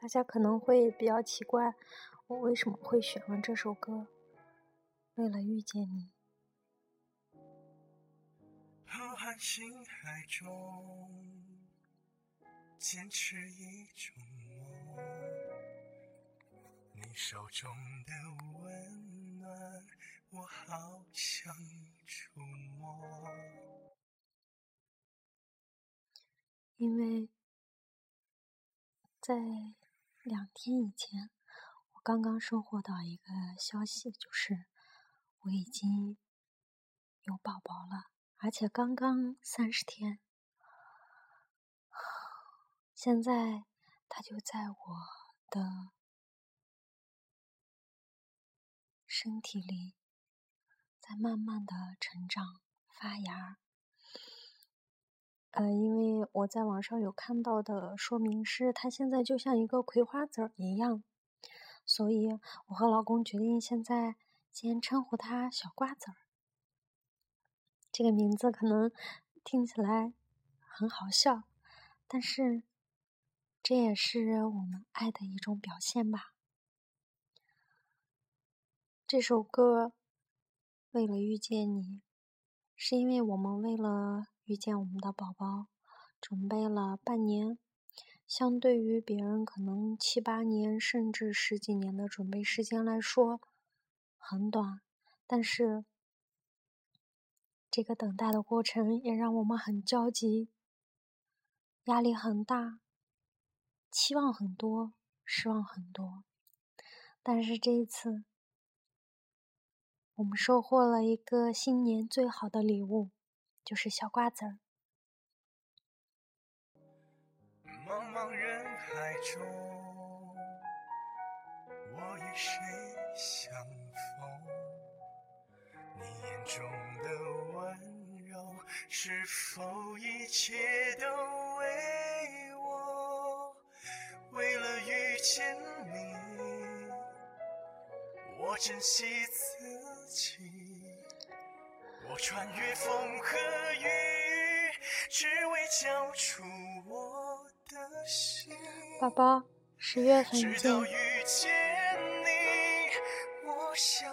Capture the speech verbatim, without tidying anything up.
大家可能会比较奇怪，我为什么会选了这首歌，为了遇见你。 浩瀚星海中，坚持一种梦，你手中的温暖，我好想触摸。 因为在两天以前，我刚刚收获到一个消息，就是我已经有宝宝了，而且刚刚三十天。现在他就在我的身体里，在慢慢的成长发芽。呃，因为我在网上有看到的说明是，它现在就像一个葵花籽儿一样，所以我和老公决定现在先称呼它小瓜子儿。这个名字可能听起来很好笑，但是这也是我们爱的一种表现吧。这首歌为了遇见你，是因为我们为了遇见我们的宝宝准备了半年，相对于别人可能七八年甚至十几年的准备时间来说很短，但是这个等待的过程也让我们很焦急，压力很大，期望很多，失望很多。但是这一次我们收获了一个新年最好的礼物，就是小瓜子儿。 茫茫人海中，我与谁相逢？你眼中的温柔，是否一切都为我？为了遇见你，我珍惜自己，我穿越风和雨，只为交出我的心。 宝宝，十月份见。 直到遇见你，我想